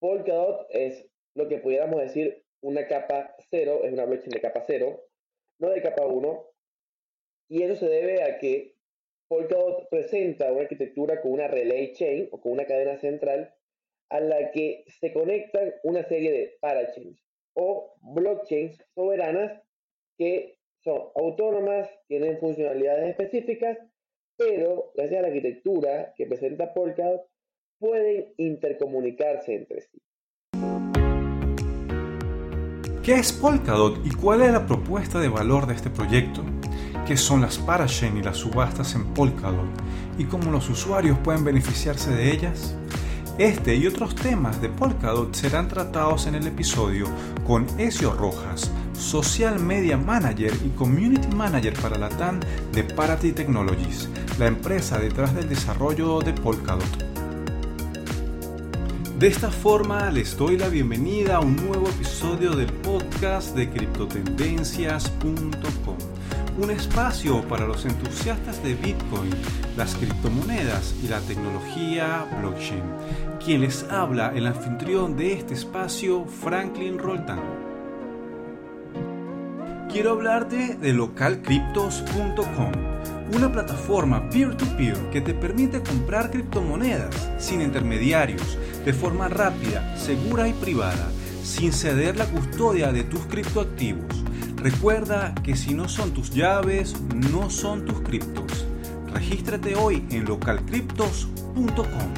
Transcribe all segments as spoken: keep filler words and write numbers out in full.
Polkadot es lo que pudiéramos decir una capa cero, es una blockchain de capa cero, no de capa uno, y eso se debe a que Polkadot presenta una arquitectura con una relay chain o con una cadena central a la que se conectan una serie de parachains o blockchains soberanas que son autónomas, tienen funcionalidades específicas, pero gracias a la arquitectura que presenta Polkadot pueden intercomunicarse entre sí. ¿Qué es Polkadot y cuál es la propuesta de valor de este proyecto? ¿Qué son las parachain y las subastas en Polkadot? ¿Y cómo los usuarios pueden beneficiarse de ellas? Este y otros temas de Polkadot serán tratados en el episodio con Ezio Rojas, Social Media Manager y Community Manager para Latam de Parity Technologies, la empresa detrás del desarrollo de Polkadot. De esta forma les doy la bienvenida a un nuevo episodio del podcast de criptotendencias punto com, un espacio para los entusiastas de Bitcoin, las criptomonedas y la tecnología blockchain. Quien les habla, el anfitrión de este espacio, Franklin Roldán. Quiero hablarte de local cryptos punto com, una plataforma peer-to-peer que te permite comprar criptomonedas sin intermediarios, de forma rápida, segura y privada, sin ceder la custodia de tus criptoactivos. Recuerda que si no son tus llaves, no son tus criptos. Regístrate hoy en local cryptos punto com.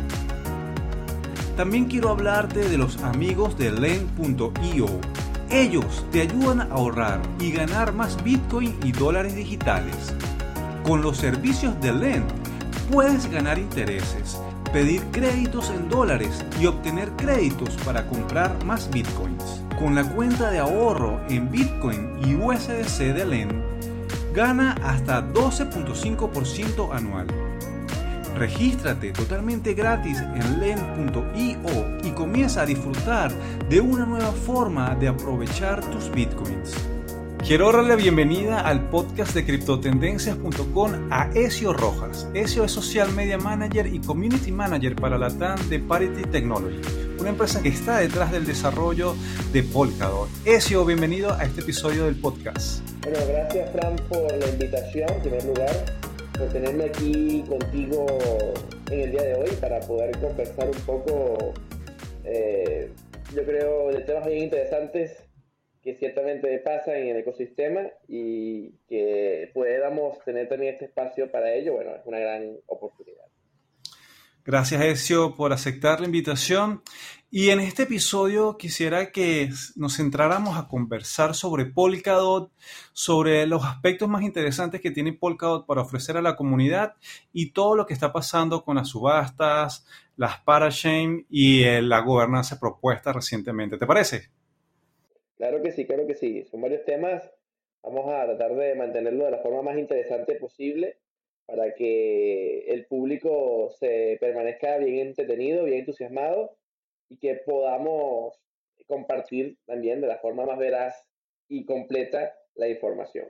También quiero hablarte de los amigos de lend punto io. Ellos te ayudan a ahorrar y ganar más Bitcoin y dólares digitales. Con los servicios de Lend puedes ganar intereses, pedir créditos en dólares y obtener créditos para comprar más Bitcoins. Con la cuenta de ahorro en Bitcoin y U S D C de Lend, gana hasta doce punto cinco por ciento anual. Regístrate totalmente gratis en lend punto io y comienza a disfrutar de una nueva forma de aprovechar tus Bitcoins. Quiero darle la bienvenida al podcast de criptotendencias punto com a Ezio Rojas. Ezio es Social Media Manager y Community Manager para Latam de Parity Technologies, una empresa que está detrás del desarrollo de Polkadot. Ezio, bienvenido a este episodio del podcast. Bueno, gracias Fran por la invitación, en primer lugar, por tenerme aquí contigo en el día de hoy para poder conversar un poco, eh, yo creo, de temas bien interesantes que ciertamente pasan en el ecosistema y que podamos tener también este espacio para ello, bueno, es una gran oportunidad. Gracias, Ezio, por aceptar la invitación. Y en este episodio quisiera que nos centráramos a conversar sobre Polkadot, sobre los aspectos más interesantes que tiene Polkadot para ofrecer a la comunidad y todo lo que está pasando con las subastas, las parachain y eh, la gobernanza propuesta recientemente. ¿Te parece? Claro que sí, claro que sí. Son varios temas. Vamos a tratar de mantenerlo de la forma más interesante posible para que el público se permanezca bien entretenido, bien entusiasmado y que podamos compartir también de la forma más veraz y completa la información.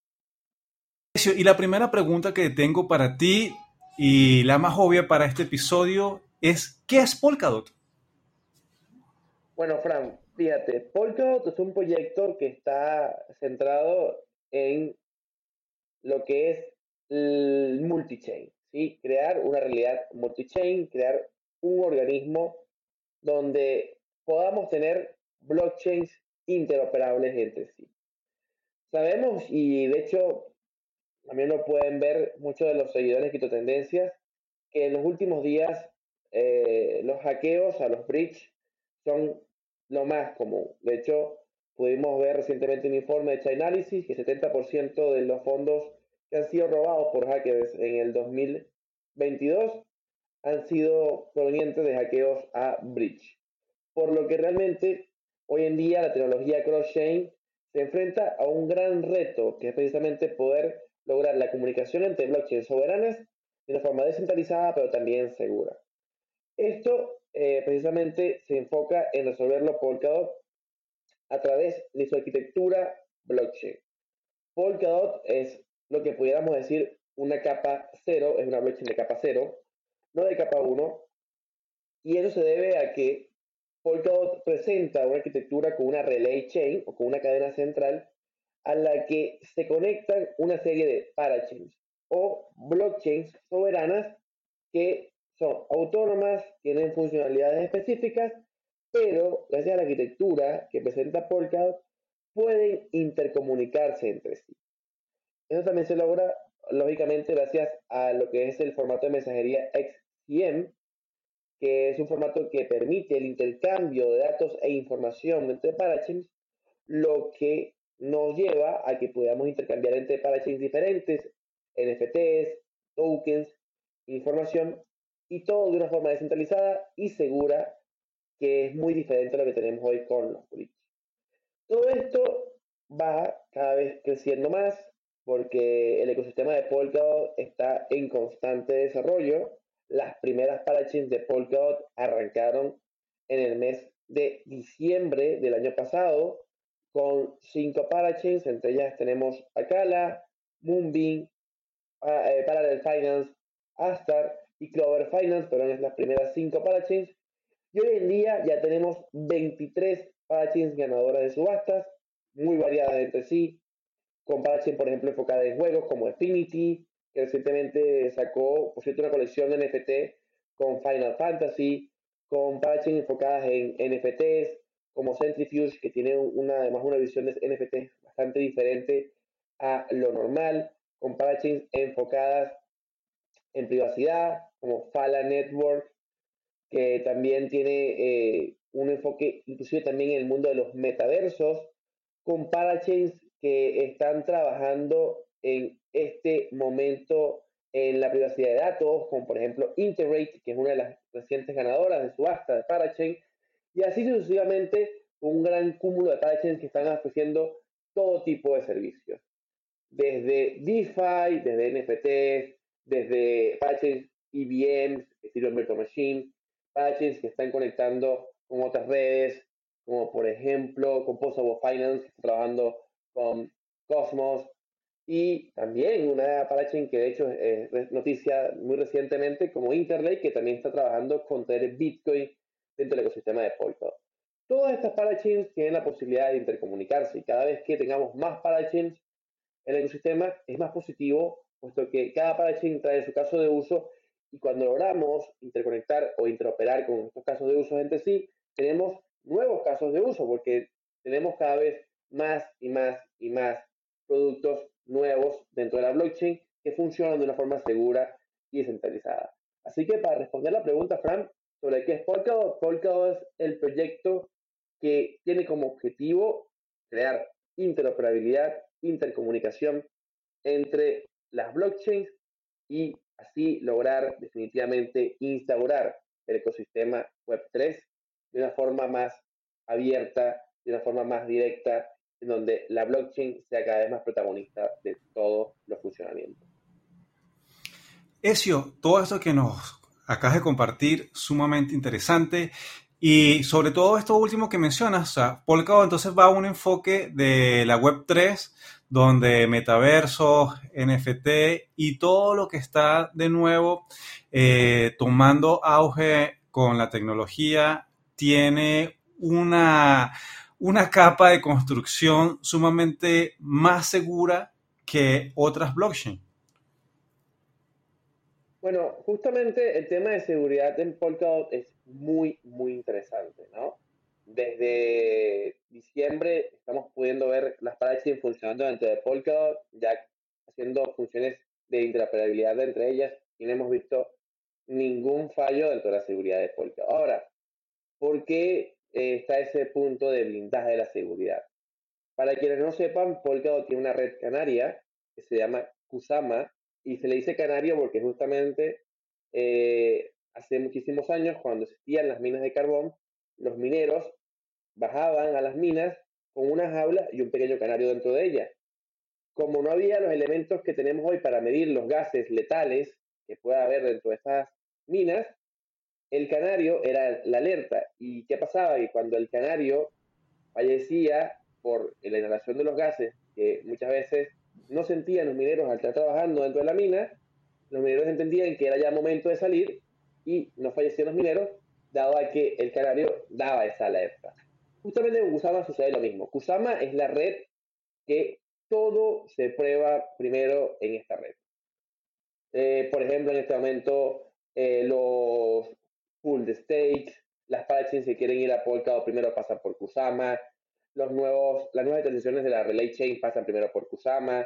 Y la primera pregunta que tengo para ti y la más obvia para este episodio es ¿qué es Polkadot? Bueno, Fran, fíjate, Polkadot es un proyecto que está centrado en lo que es el multichain, ¿sí? Crear una realidad multichain, crear un organismo donde podamos tener blockchains interoperables entre sí. Sabemos, y de hecho también lo pueden ver muchos de los seguidores de criptotendencias, que en los últimos días eh, los hackeos a los bridge son lo más común. De hecho, pudimos ver recientemente un informe de Chainalysis que setenta por ciento de los fondos que han sido robados por hackers en el dos mil veintidós han sido provenientes de hackeos a bridge. Por lo que realmente hoy en día la tecnología cross-chain se enfrenta a un gran reto, que es precisamente poder lograr la comunicación entre blockchains soberanas de una forma descentralizada, pero también segura. Esto eh, precisamente se enfoca en resolverlo Polkadot a través de su arquitectura blockchain. Polkadot es lo que pudiéramos decir una capa cero, es una blockchain de capa cero, no de capa uno, y eso se debe a que Polkadot presenta una arquitectura con una relay chain o con una cadena central a la que se conectan una serie de parachains o blockchains soberanas que son autónomas, tienen funcionalidades específicas, pero gracias a la arquitectura que presenta Polkadot pueden intercomunicarse entre sí. Eso también se logra, lógicamente, gracias a lo que es el formato de mensajería X C M, que es un formato que permite el intercambio de datos e información entre parachains, lo que nos lleva a que podamos intercambiar entre parachains diferentes, N F Ts, tokens, información, y todo de una forma descentralizada y segura, que es muy diferente a lo que tenemos hoy con los bridges. Todo esto va cada vez creciendo más porque el ecosistema de Polkadot está en constante desarrollo. Las primeras parachains de Polkadot arrancaron en el mes de diciembre del año pasado con cinco parachains. Entre ellas tenemos Acala, Moonbeam, eh, Parallel Finance, Astar y Clover Finance, pero en las primeras cinco parachains. Y hoy en día ya tenemos veintitrés parachains ganadoras de subastas, muy variadas entre sí, con parachains, por ejemplo, enfocadas en juegos como Affinity, que recientemente sacó, por cierto, una colección N F T con Final Fantasy, con parachains enfocadas en N F Ts, como Centrifuge, que tiene una, además una visión de N F T bastante diferente a lo normal, con parachains enfocadas en privacidad, como Fala Network, que también tiene eh, un enfoque inclusive también en el mundo de los metaversos, con parachains que están trabajando en este momento en la privacidad de datos, como por ejemplo Interrate, que es una de las recientes ganadoras de subasta de parachain, y así sucesivamente un gran cúmulo de parachains que están ofreciendo todo tipo de servicios, desde DeFi, desde N F Ts, desde parachains E V Ms, estilo Virtual Machine, parachains que están conectando con otras redes, como por ejemplo Composable Finance, que está trabajando con Cosmos, y también una parachain que de hecho es noticia muy recientemente como Interlake, que también está trabajando con traer Bitcoin dentro del ecosistema de Polkadot. Todas estas parachains tienen la posibilidad de intercomunicarse y cada vez que tengamos más parachains, el ecosistema es más positivo, puesto que cada parachain trae su caso de uso y cuando logramos interconectar o interoperar con estos casos de uso entre sí, tenemos nuevos casos de uso porque tenemos cada vez más y más y más productos nuevos dentro de la blockchain que funcionan de una forma segura y descentralizada. Así que para responder la pregunta, Fran, sobre qué es Polkadot, Polkadot es el proyecto que tiene como objetivo crear interoperabilidad, intercomunicación entre las blockchains y así lograr definitivamente instaurar el ecosistema web tres de una forma más abierta, de una forma más directa, en donde la blockchain sea cada vez más protagonista de todos los funcionamientos. Ezio, todo esto que nos acabas de compartir, sumamente interesante. Y sobre todo esto último que mencionas, o sea, Polkadot entonces va a un enfoque de la web tres, donde metaversos, N F T y todo lo que está de nuevo eh, tomando auge con la tecnología tiene una, una capa de construcción sumamente más segura que otras blockchains. Bueno, justamente el tema de seguridad en Polkadot es muy, muy interesante, ¿no? Desde diciembre estamos pudiendo ver las parachains funcionando dentro de Polkadot, ya haciendo funciones de interoperabilidad entre ellas y no hemos visto ningún fallo dentro de la seguridad de Polkadot. Ahora, ¿por qué eh, está ese punto de blindaje de la seguridad? Para quienes no sepan, Polkadot tiene una red canaria que se llama Kusama y se le dice canario porque justamente eh, hace muchísimos años, cuando existían las minas de carbón, los mineros bajaban a las minas con una jaula y un pequeño canario dentro de ella. Como no había los elementos que tenemos hoy para medir los gases letales que pueda haber dentro de estas minas, el canario era la alerta. ¿Y qué pasaba? Y cuando el canario fallecía por la inhalación de los gases, que muchas veces no sentían los mineros al estar trabajando dentro de la mina, los mineros entendían que era ya momento de salir y no fallecían los mineros dado a que el canario daba esa alerta. Justamente con Kusama sucede lo mismo. Kusama es la red que todo se prueba primero en esta red. Eh, por ejemplo, en este momento, eh, los full the stakes, las parachains que quieren ir a Polkadot primero pasan por Kusama, los nuevos, las nuevas transiciones de la Relay Chain pasan primero por Kusama,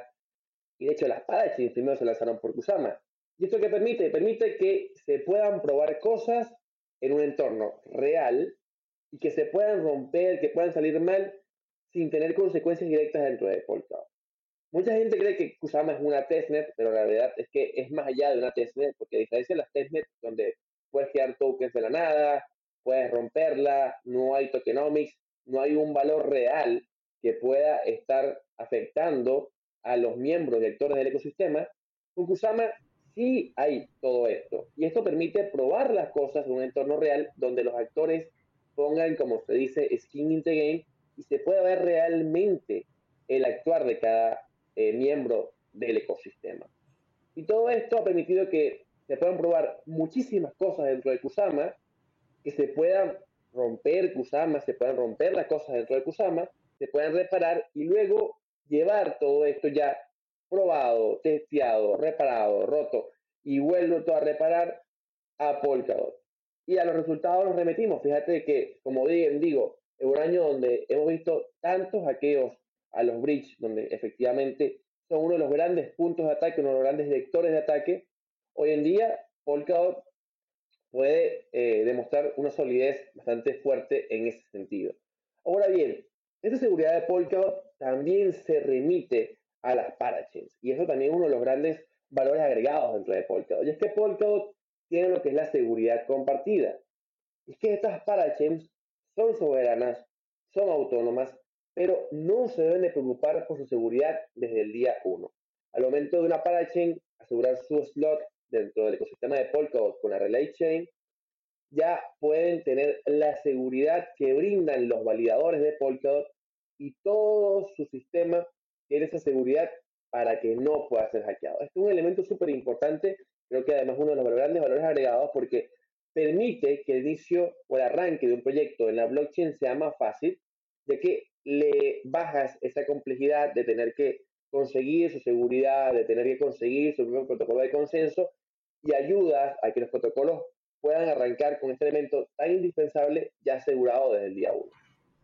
y de hecho las parachains primero se lanzaron por Kusama. ¿Y esto qué permite? Permite que se puedan probar cosas en un entorno real y que se puedan romper, que puedan salir mal sin tener consecuencias directas dentro de Polkadot. Mucha gente cree que Kusama es una testnet, pero la realidad es que es más allá de una testnet, porque a diferencia de las testnets donde puedes crear tokens de la nada, puedes romperla, no hay tokenomics, no hay un valor real que pueda estar afectando a los miembros y actores del ecosistema, con Kusama sí hay todo esto. Y esto permite probar las cosas en un entorno real donde los actores pongan, como se dice, skin in the game y se pueda ver realmente el actuar de cada eh, miembro del ecosistema. Y todo esto ha permitido que se puedan probar muchísimas cosas dentro de Kusama, que se puedan romper Kusama, se puedan romper las cosas dentro de Kusama, se puedan reparar y luego llevar todo esto ya probado, testeado, reparado, roto y vuelto a reparar a Polkadot. Y a los resultados nos remitimos. Fíjate que, como bien digo, en un año donde hemos visto tantos hackeos a los bridge, donde efectivamente son uno de los grandes puntos de ataque, uno de los grandes vectores de ataque, hoy en día Polkadot puede eh, demostrar una solidez bastante fuerte en ese sentido. Ahora bien, esta seguridad de Polkadot también se remite a las parachains, y eso también es uno de los grandes valores agregados dentro de Polkadot. Y es que Polkadot tiene lo que es la seguridad compartida. Y es que estas parachains son soberanas, son autónomas, pero no se deben de preocupar por su seguridad desde el día uno. Al momento de una parachain asegurar su slot dentro del ecosistema de Polkadot con la Relay Chain, ya pueden tener la seguridad que brindan los validadores de Polkadot y todo su sistema tiene esa seguridad para que no pueda ser hackeado. Este es un elemento súper importante, creo que además uno de los grandes valores agregados porque permite que el inicio o el arranque de un proyecto en la blockchain sea más fácil, ya que le bajas esa complejidad de tener que conseguir su seguridad, de tener que conseguir su propio protocolo de consenso y ayudas a que los protocolos puedan arrancar con este elemento tan indispensable ya asegurado desde el día uno.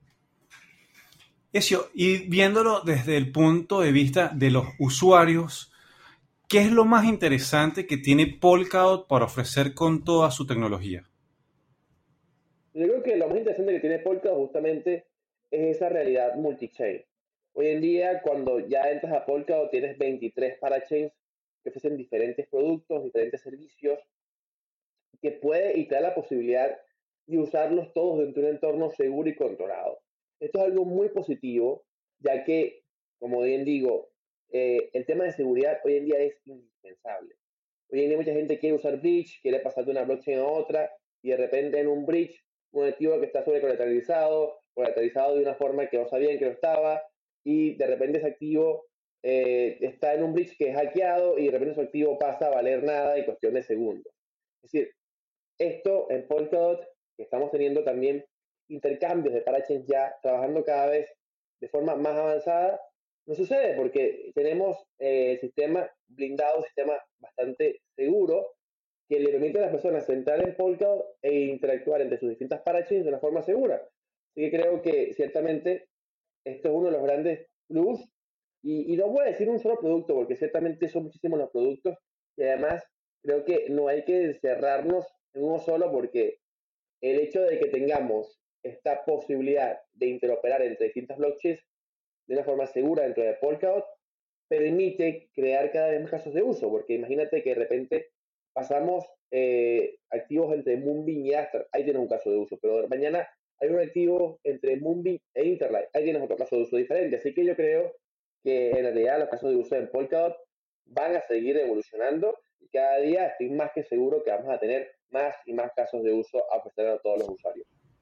Ezio, y viéndolo desde el punto de vista de los usuarios, ¿qué es lo más interesante que tiene Polkadot para ofrecer con toda su tecnología? Yo creo que lo más interesante que tiene Polkadot justamente es esa realidad multi-chain. Hoy en día, cuando ya entras a Polkadot, tienes veintitrés parachains que ofrecen diferentes productos, diferentes servicios, que puede y te da la posibilidad de usarlos todos dentro de un entorno seguro y controlado. Esto es algo muy positivo, ya que, como bien digo, eh, el tema de seguridad hoy en día es indispensable. Hoy en día mucha gente quiere usar bridge, quiere pasar de una blockchain a otra, y de repente en un bridge, un activo que está sobrecolateralizado, colateralizado de una forma que no sabían que lo estaba, y de repente ese activo eh, está en un bridge que es hackeado, y de repente su activo pasa a valer nada en cuestión de segundos. Es decir, esto en Polkadot, que estamos teniendo también intercambios de parachains ya trabajando cada vez de forma más avanzada, no sucede porque tenemos eh, el sistema blindado, un sistema bastante seguro que le permite a las personas entrar en Polkadot e interactuar entre sus distintas parachains de una forma segura. Así que creo que ciertamente esto es uno de los grandes plus y, y no voy a decir un solo producto porque ciertamente son muchísimos los productos y además creo que no hay que encerrarnos en uno solo porque el hecho de que tengamos esta posibilidad de interoperar entre distintas blockchains de una forma segura dentro de Polkadot permite crear cada vez más casos de uso, porque imagínate que de repente pasamos eh, activos entre Moonbeam y Astar, ahí tienes un caso de uso, pero mañana hay un activo entre Moonbeam e Interlight, ahí tienes otro caso de uso diferente, así que yo creo que en realidad los casos de uso en Polkadot van a seguir evolucionando y cada día estoy más que seguro que vamos a tener más y más casos de uso a ofrecer a todos los usuarios.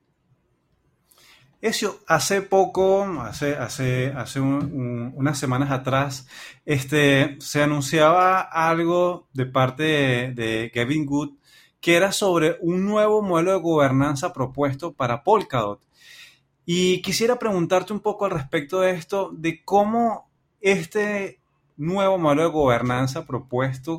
Ezio, hace poco, hace, hace, hace un, un, unas semanas atrás, este, se anunciaba algo de parte de, de Kevin Good que era sobre un nuevo modelo de gobernanza propuesto para Polkadot. Y quisiera preguntarte un poco al respecto de esto, de cómo este nuevo modelo de gobernanza propuesto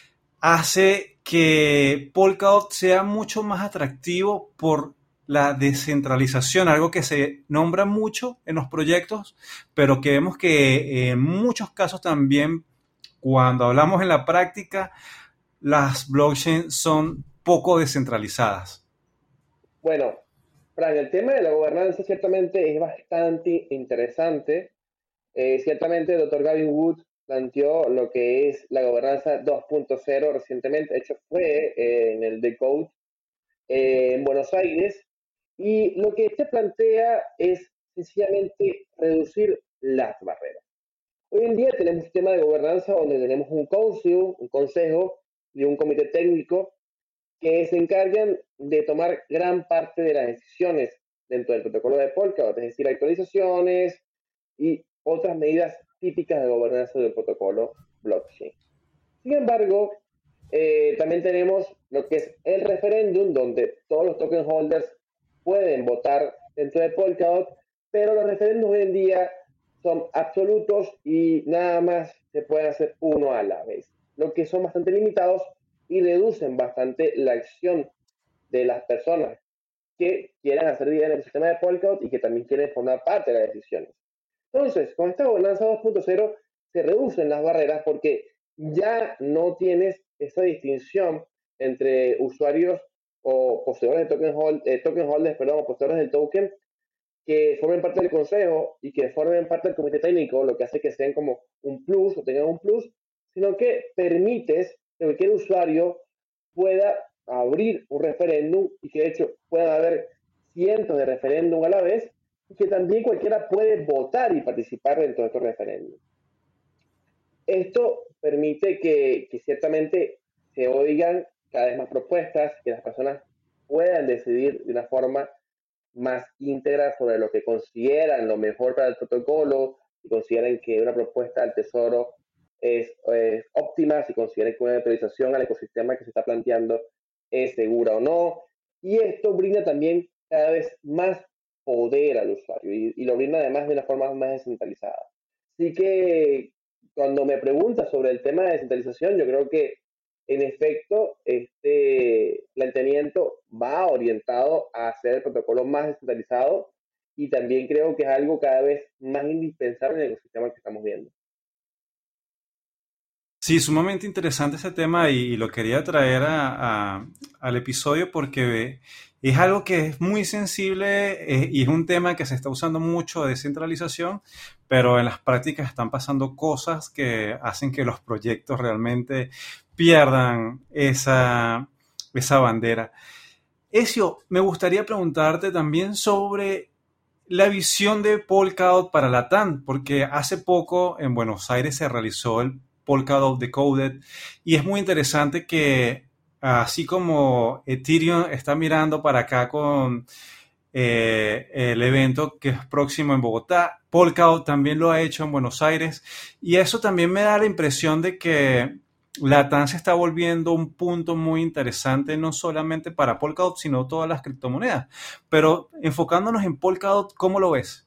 hace que Polkadot sea mucho más atractivo por la descentralización, algo que se nombra mucho en los proyectos, pero que vemos que en muchos casos también, cuando hablamos en la práctica, las blockchains son poco descentralizadas. Bueno, Fran, el tema de la gobernanza ciertamente es bastante interesante. Eh, ciertamente el doctor Gavin Wood planteó lo que es la gobernanza dos punto cero recientemente. De hecho, fue eh, en el Decode eh, en Buenos Aires. Y lo que este plantea es sencillamente reducir las barreras. Hoy en día tenemos un sistema de gobernanza donde tenemos un council, un consejo y un comité técnico que se encargan de tomar gran parte de las decisiones dentro del protocolo de Polkadot, es decir, actualizaciones y otras medidas típicas de gobernanza del protocolo blockchain. Sin embargo, eh, también tenemos lo que es el referéndum, donde todos los token holders pueden votar dentro de Polkadot, pero los referéndums hoy en día son absolutos y nada más se puede hacer uno a la vez, lo que son bastante limitados y reducen bastante la acción de las personas que quieran hacer vida en el sistema de Polkadot y que también quieren formar parte de las decisiones. Entonces, con esta gobernanza dos punto cero se reducen las barreras porque ya no tienes esa distinción entre usuarios o poseedores de token, hold, eh, token holders, perdón, o poseedores del token que formen parte del consejo y que formen parte del comité técnico, lo que hace que sean como un plus o tengan un plus, sino que permites que cualquier usuario pueda abrir un referéndum y que de hecho puedan haber cientos de referéndum a la vez y que también cualquiera puede votar y participar dentro de estos referéndums. Esto permite que, que ciertamente se oigan cada vez más propuestas, que las personas puedan decidir de una forma más íntegra sobre lo que consideran lo mejor para el protocolo, si consideran que una propuesta del tesoro es, es óptima, si consideran que una actualización al ecosistema que se está planteando es segura o no. Y esto brinda también cada vez más poder al usuario y, y lo brinda además de una forma más descentralizada. Así que cuando me preguntas sobre el tema de descentralización, yo creo que en efecto, este planteamiento va orientado a hacer el protocolo más descentralizado y también creo que es algo cada vez más indispensable en el ecosistema que estamos viendo. Sí, sumamente interesante ese tema y, y lo quería traer a, a, al episodio porque es algo que es muy sensible eh, y es un tema que se está usando mucho de descentralización, pero en las prácticas están pasando cosas que hacen que los proyectos realmente pierdan esa, esa bandera. Ezio, me gustaría preguntarte también sobre la visión de Polkadot para Latam, porque hace poco en Buenos Aires se realizó el Polkadot Decoded y es muy interesante que así como Ethereum está mirando para acá con eh, el evento que es próximo en Bogotá, Polkadot también lo ha hecho en Buenos Aires y eso también me da la impresión de que Latam se está volviendo un punto muy interesante no solamente para Polkadot sino todas las criptomonedas, pero enfocándonos en Polkadot, ¿cómo lo ves?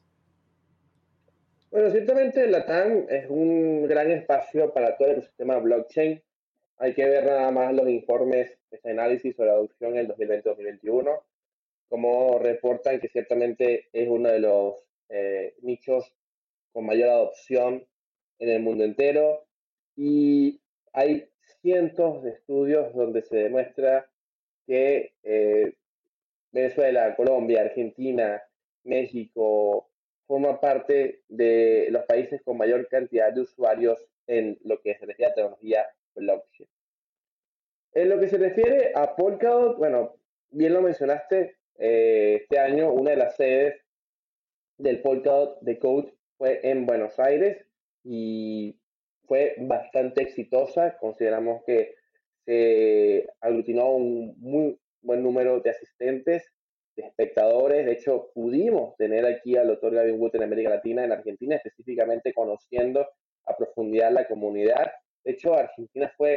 Bueno, ciertamente Latam es un gran espacio para todo el ecosistema blockchain. Hay que ver nada más los informes de ese análisis sobre adopción en el dos mil veinte dos mil veintiuno, como reportan que ciertamente es uno de los eh, nichos con mayor adopción en el mundo entero y hay cientos de estudios donde se demuestra que eh, Venezuela, Colombia, Argentina, México forman parte de los países con mayor cantidad de usuarios en lo que se refiere a tecnología blockchain. En lo que se refiere a Polkadot, bueno, bien lo mencionaste, eh, este año una de las sedes del Polkadot Decode fue en Buenos Aires y fue bastante exitosa. Consideramos que se aglutinó un muy buen número de asistentes, de espectadores. De hecho, pudimos tener aquí al doctor Gavin Wood en América Latina, en Argentina, específicamente conociendo a profundidad la comunidad. De hecho, Argentina fue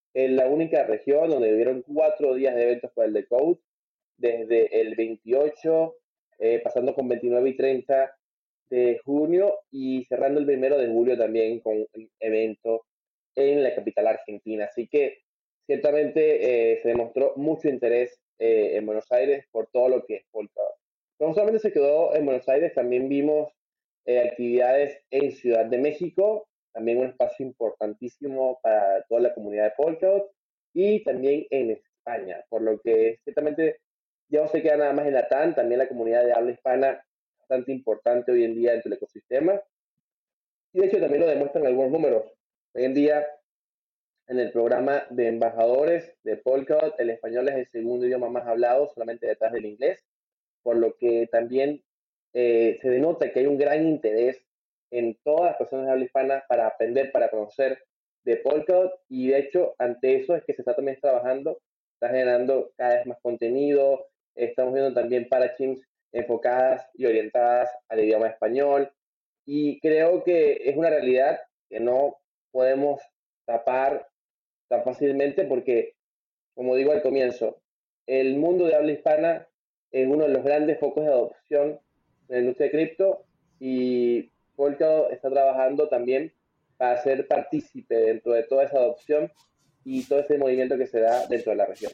en la única región donde hubieron cuatro días de eventos por el Decode, desde el veintiocho, eh, pasando con veintinueve y treinta de junio y cerrando el primero de julio también con un evento en la capital argentina. Así que ciertamente eh, se demostró mucho interés eh, en Buenos Aires por todo lo que es Polkadot. No solamente se quedó en Buenos Aires, también vimos eh, actividades en Ciudad de México, también un espacio importantísimo para toda la comunidad de Polkadot, y también en España, por lo que ciertamente ya no se queda nada más en Latam, también la comunidad de habla hispana bastante importante hoy en día dentro del ecosistema, y de hecho también lo demuestran algunos números. Hoy en día, en el programa de embajadores de Polkadot, el español es el segundo idioma más hablado, solamente detrás del inglés, por lo que también eh, se denota que hay un gran interés en todas las personas de habla hispana para aprender, para conocer de Polkadot, y de hecho, ante eso es que se está también trabajando, está generando cada vez más contenido, estamos viendo también parachains enfocadas y orientadas al idioma español, y creo que es una realidad que no podemos tapar tan fácilmente porque, como digo al comienzo, el mundo de habla hispana es uno de los grandes focos de adopción en la industria de cripto y Polkadot está trabajando también para ser partícipe dentro de toda esa adopción y todo ese movimiento que se da dentro de la región.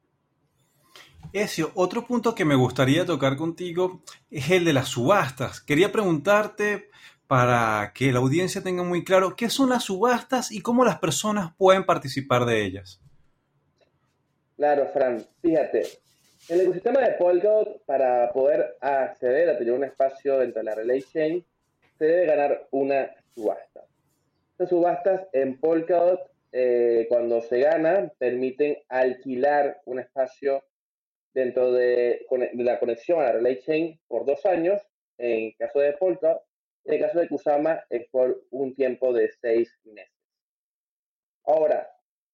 Ezio, otro punto que me gustaría tocar contigo es el de las subastas. Quería preguntarte, para que la audiencia tenga muy claro, ¿qué son las subastas y cómo las personas pueden participar de ellas? Claro, Fran, fíjate, en el ecosistema de Polkadot, para poder acceder a tener un espacio dentro de la Relay Chain, se debe ganar una subasta. Estas subastas en Polkadot, eh, cuando se ganan, permiten alquilar un espacio dentro de, de la conexión a la Relay Chain por dos años, en caso de Polkadot, en el caso de Kusama es por un tiempo de seis meses. Ahora,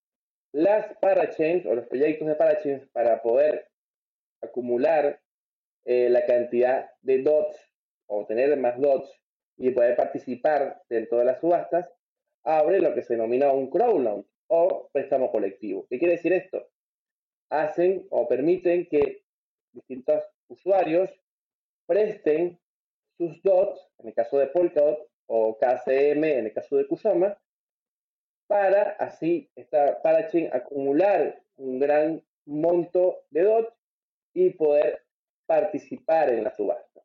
las parachains o los proyectos de parachains para poder acumular eh, la cantidad de dots o tener más dots y poder participar dentro de las subastas, abre lo que se denomina un crowdloan o préstamo colectivo. ¿Qué quiere decir esto? Hacen o permiten que distintos usuarios presten sus dots, en el caso de Polkadot, o K C M en el caso de Kusama, para así esta parachain acumular un gran monto de dots y poder participar en la subasta.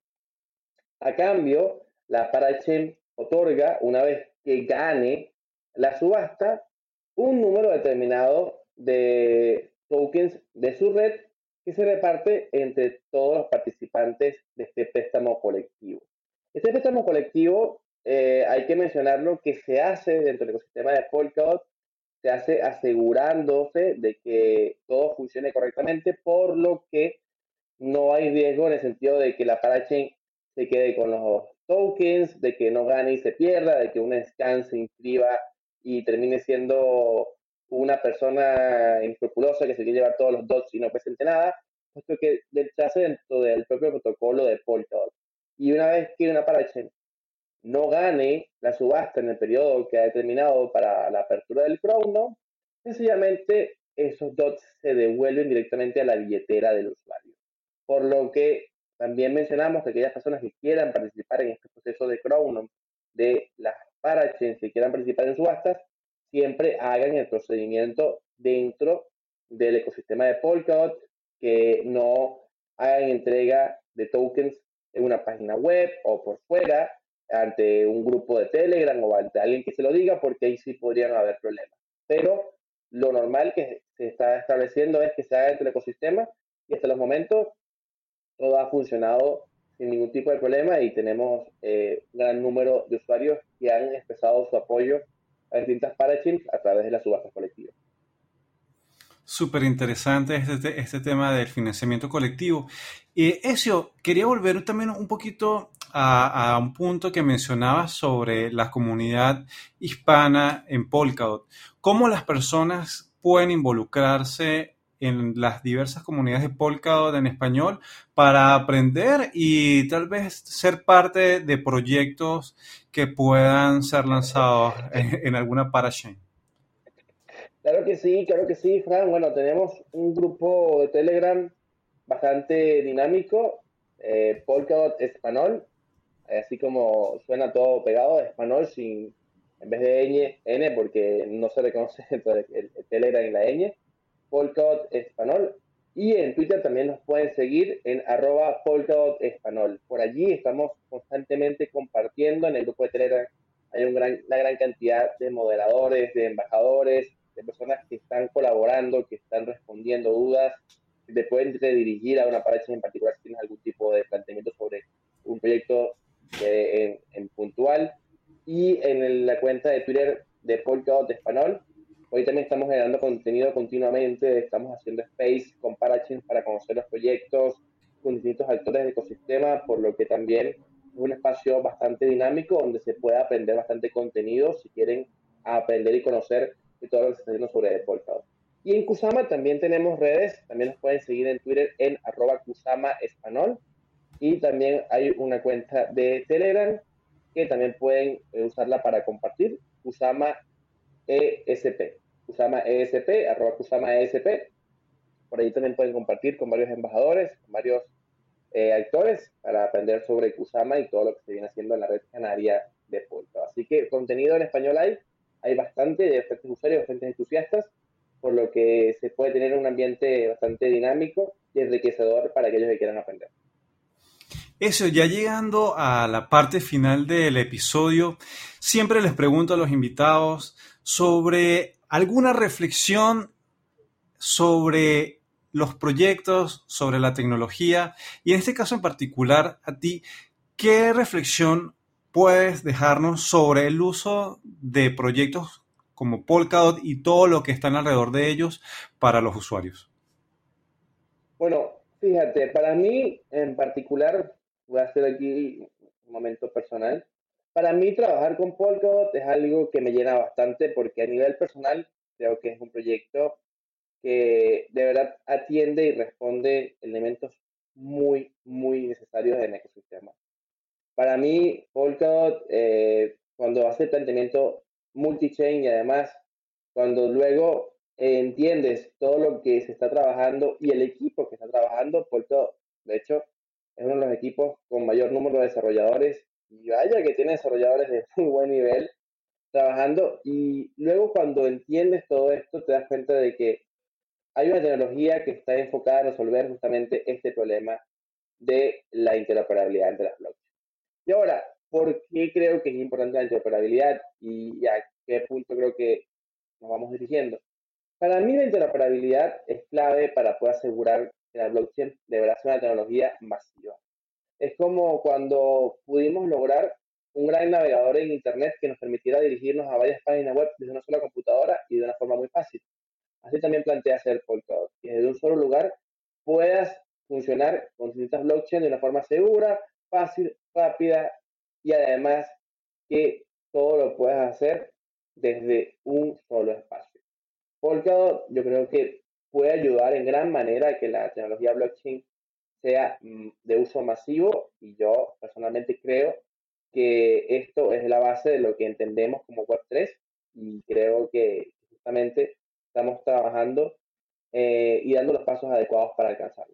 A cambio, la parachain otorga, una vez que gane la subasta, un número determinado de tokens de su red que se reparte entre todos los participantes de este préstamo colectivo. Este préstamo colectivo, eh, hay que mencionarlo, que se hace dentro del ecosistema de Polkadot, se hace asegurándose de que todo funcione correctamente, por lo que no hay riesgo en el sentido de que la parachain se quede con los tokens, de que no gane y se pierda, de que un scan se inscriba y termine siendo una persona inescrupulosa que se quiere llevar todos los dots y no presente nada, puesto que se hace dentro del propio protocolo de Polkadot. Y una vez que una parachain no gane la subasta en el periodo que ha determinado para la apertura del crowdloan, sencillamente esos dots se devuelven directamente a la billetera del usuario. Por lo que también mencionamos que aquellas personas que quieran participar en este proceso de crowdloan de las parachains que quieran participar en subastas, siempre hagan el procedimiento dentro del ecosistema de Polkadot, que no hagan entrega de tokens en una página web o por fuera, ante un grupo de Telegram o ante alguien que se lo diga, porque ahí sí podrían haber problemas. Pero lo normal que se está estableciendo es que se haga dentro del ecosistema y hasta los momentos todo ha funcionado sin ningún tipo de problema y tenemos eh, un gran número de usuarios que han expresado su apoyo a distintas parachains a través de las subastas colectivas. Súper interesante este, este tema del financiamiento colectivo. Eh, Ezio, quería volver también un poquito a, a un punto que mencionabas sobre la comunidad hispana en Polkadot. ¿Cómo las personas pueden involucrarse en las diversas comunidades de Polkadot en español para aprender y tal vez ser parte de proyectos que puedan ser lanzados en, en alguna parachain? Claro que sí, claro que sí, Fran. Bueno, tenemos un grupo de Telegram bastante dinámico, eh, Polkadot Español, así como suena todo pegado, español, sin, en vez de ñ, n, porque no se reconoce entre el, el Telegram y la ñ, Polkadot Español. Y en Twitter también nos pueden seguir en arroba Polkadot Español. Por allí estamos constantemente compartiendo en el grupo de Telegram. Hay un gran, una gran cantidad de moderadores, de embajadores, de personas que están colaborando, que están respondiendo dudas, que te pueden redirigir a una página en particular si tienes algún tipo de planteamiento sobre un proyecto de, en, en puntual. Y en la cuenta de Twitter de Polkadot Español, hoy también estamos generando contenido continuamente, estamos haciendo space con Parachain para conocer los proyectos con distintos actores del ecosistema, por lo que también es un espacio bastante dinámico donde se puede aprender bastante contenido si quieren aprender y conocer de todo lo que se está haciendo sobre Polkadot. Y en Kusama también tenemos redes, también nos pueden seguir en Twitter en arroba Kusama Español, y también hay una cuenta de Telegram que también pueden eh, usarla para compartir, Kusama E S P, Kusama E S P, arroba Kusama E S P. Por ahí también pueden compartir con varios embajadores, con varios eh, actores para aprender sobre Kusama y todo lo que se viene haciendo en la red canaria de Polkadot. Así que contenido en español hay, hay bastante de diferentes usuarios, diferentes entusiastas, por lo que se puede tener un ambiente bastante dinámico y enriquecedor para aquellos que quieran aprender. Eso, ya llegando a la parte final del episodio, siempre les pregunto a los invitados sobre alguna reflexión sobre los proyectos, sobre la tecnología, y en este caso en particular a ti, ¿qué reflexión puedes dejarnos sobre el uso de proyectos como Polkadot y todo lo que están alrededor de ellos para los usuarios? Bueno, fíjate, para mí en particular, voy a hacer aquí un momento personal. Para mí trabajar con Polkadot es algo que me llena bastante porque a nivel personal creo que es un proyecto que de verdad atiende y responde elementos muy, muy necesarios en el ecosistema. Para mí, Polkadot, eh, cuando hace el planteamiento multi-chain y además cuando luego eh, entiendes todo lo que se está trabajando y el equipo que está trabajando, Polkadot, de hecho, es uno de los equipos con mayor número de desarrolladores y vaya que tiene desarrolladores de muy buen nivel trabajando y luego cuando entiendes todo esto te das cuenta de que hay una tecnología que está enfocada a resolver justamente este problema de la interoperabilidad entre las blockchains. Y ahora, ¿por qué creo que es importante la interoperabilidad y a qué punto creo que nos vamos dirigiendo? Para mí la interoperabilidad es clave para poder asegurar que la blockchain de verdad sea una tecnología masiva. Es como cuando pudimos lograr un gran navegador en Internet que nos permitiera dirigirnos a varias páginas web desde una sola computadora y de una forma muy fácil. Así también plantea hacer Polkadot, que desde un solo lugar puedas funcionar con distintas blockchains de una forma segura, fácil, rápida y además que todo lo puedas hacer desde un solo espacio. Polkadot yo creo que puede ayudar en gran manera a que la tecnología blockchain sea de uso masivo y yo personalmente creo que esto es la base de lo que entendemos como web tres y creo que justamente estamos trabajando eh, y dando los pasos adecuados para alcanzarlo.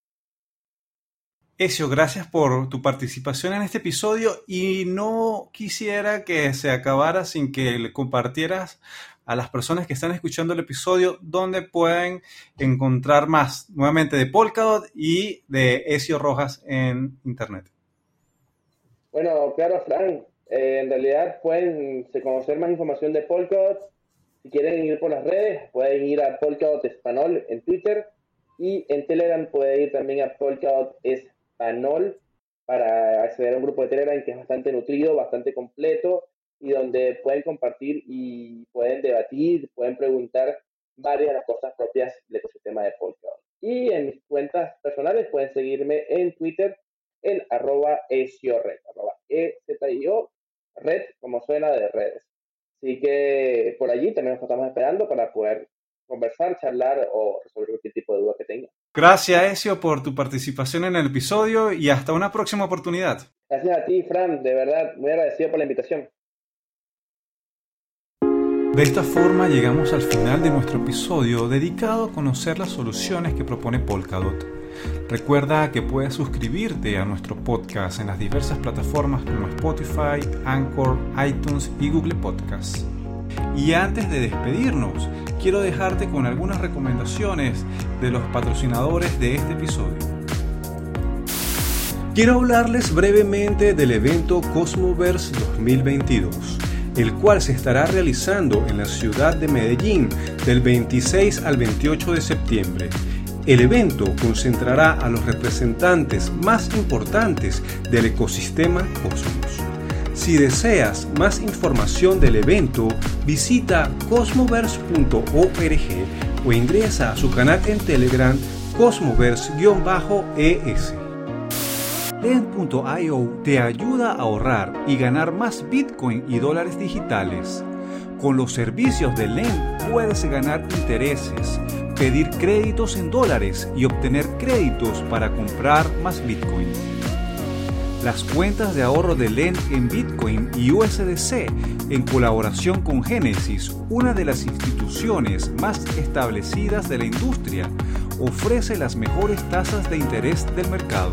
Ezio, gracias por tu participación en este episodio y no quisiera que se acabara sin que le compartieras a las personas que están escuchando el episodio donde pueden encontrar más nuevamente de Polkadot y de Ezio Rojas en internet. Bueno, claro, Fran, eh, en realidad pueden conocer más información de Polkadot. Si quieren ir por las redes, pueden ir a Polkadot Español en Twitter y en Telegram pueden ir también a Polkadot Español para acceder a un grupo de Telegram que es bastante nutrido, bastante completo y donde pueden compartir y pueden debatir, pueden preguntar varias de las cosas propias del ecosistema de Polkadot. Y en mis cuentas personales pueden seguirme en Twitter en arroba eziored, arroba E Z I O, red como suena de redes. Así que por allí también nos estamos esperando para poder conversar, charlar o resolver cualquier tipo de duda que tenga. Gracias, Ezio, por tu participación en el episodio y hasta una próxima oportunidad. Gracias a ti, Fran, de verdad, muy agradecido por la invitación. De esta forma llegamos al final de nuestro episodio dedicado a conocer las soluciones que propone Polkadot. Recuerda que puedes suscribirte a nuestro podcast en las diversas plataformas como Spotify, Anchor, iTunes y Google Podcasts. Y antes de despedirnos, quiero dejarte con algunas recomendaciones de los patrocinadores de este episodio. Quiero hablarles brevemente del evento Cosmoverse dos mil veintidós, el cual se estará realizando en la ciudad de Medellín del veintiséis al veintiocho de septiembre. El evento concentrará a los representantes más importantes del ecosistema Cosmos. Si deseas más información del evento, visita cosmoverse punto org o ingresa a su canal en Telegram cosmoverse-E S. Lend punto i o te ayuda a ahorrar y ganar más Bitcoin y dólares digitales. Con los servicios de Lend puedes ganar intereses, pedir créditos en dólares y obtener créditos para comprar más Bitcoin. Las cuentas de ahorro de Lend en Bitcoin y U S D C, en colaboración con Genesis, una de las instituciones más establecidas de la industria, ofrece las mejores tasas de interés del mercado.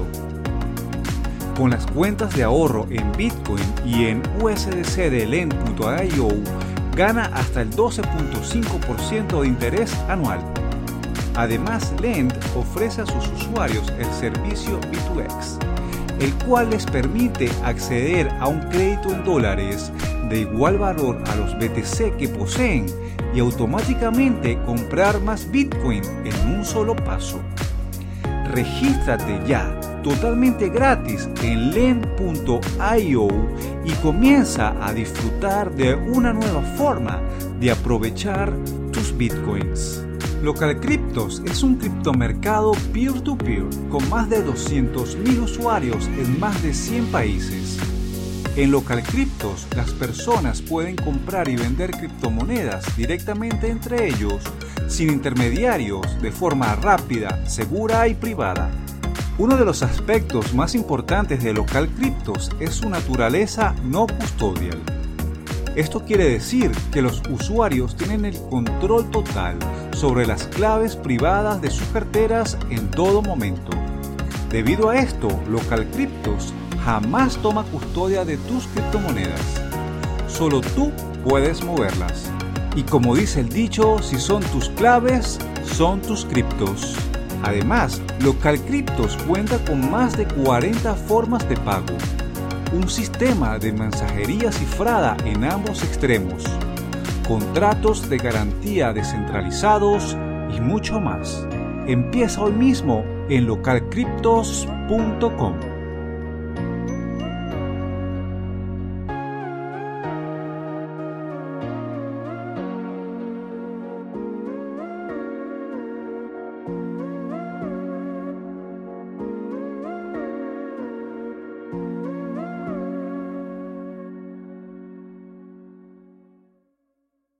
Con las cuentas de ahorro en Bitcoin y en U S D C de Lend punto i o, gana hasta el doce punto cinco por ciento de interés anual. Además, Lend ofrece a sus usuarios el servicio B dos X, el cual les permite acceder a un crédito en dólares de igual valor a los B T C que poseen y automáticamente comprar más Bitcoin en un solo paso. Regístrate ya totalmente gratis en Lend punto i o y comienza a disfrutar de una nueva forma de aprovechar tus Bitcoins. LocalCryptos es un criptomercado peer-to-peer con más de doscientos mil usuarios en más de cien países. En LocalCryptos, las personas pueden comprar y vender criptomonedas directamente entre ellos, sin intermediarios, de forma rápida, segura y privada. Uno de los aspectos más importantes de LocalCryptos es su naturaleza no custodial. Esto quiere decir que los usuarios tienen el control total sobre las claves privadas de sus carteras en todo momento. Debido a esto, LocalCryptos jamás toma custodia de tus criptomonedas. Solo tú puedes moverlas. Y como dice el dicho, si son tus claves, son tus criptos. Además, LocalCryptos cuenta con más de cuarenta formas de pago, un sistema de mensajería cifrada en ambos extremos, contratos de garantía descentralizados y mucho más. Empieza hoy mismo en localcryptos punto com.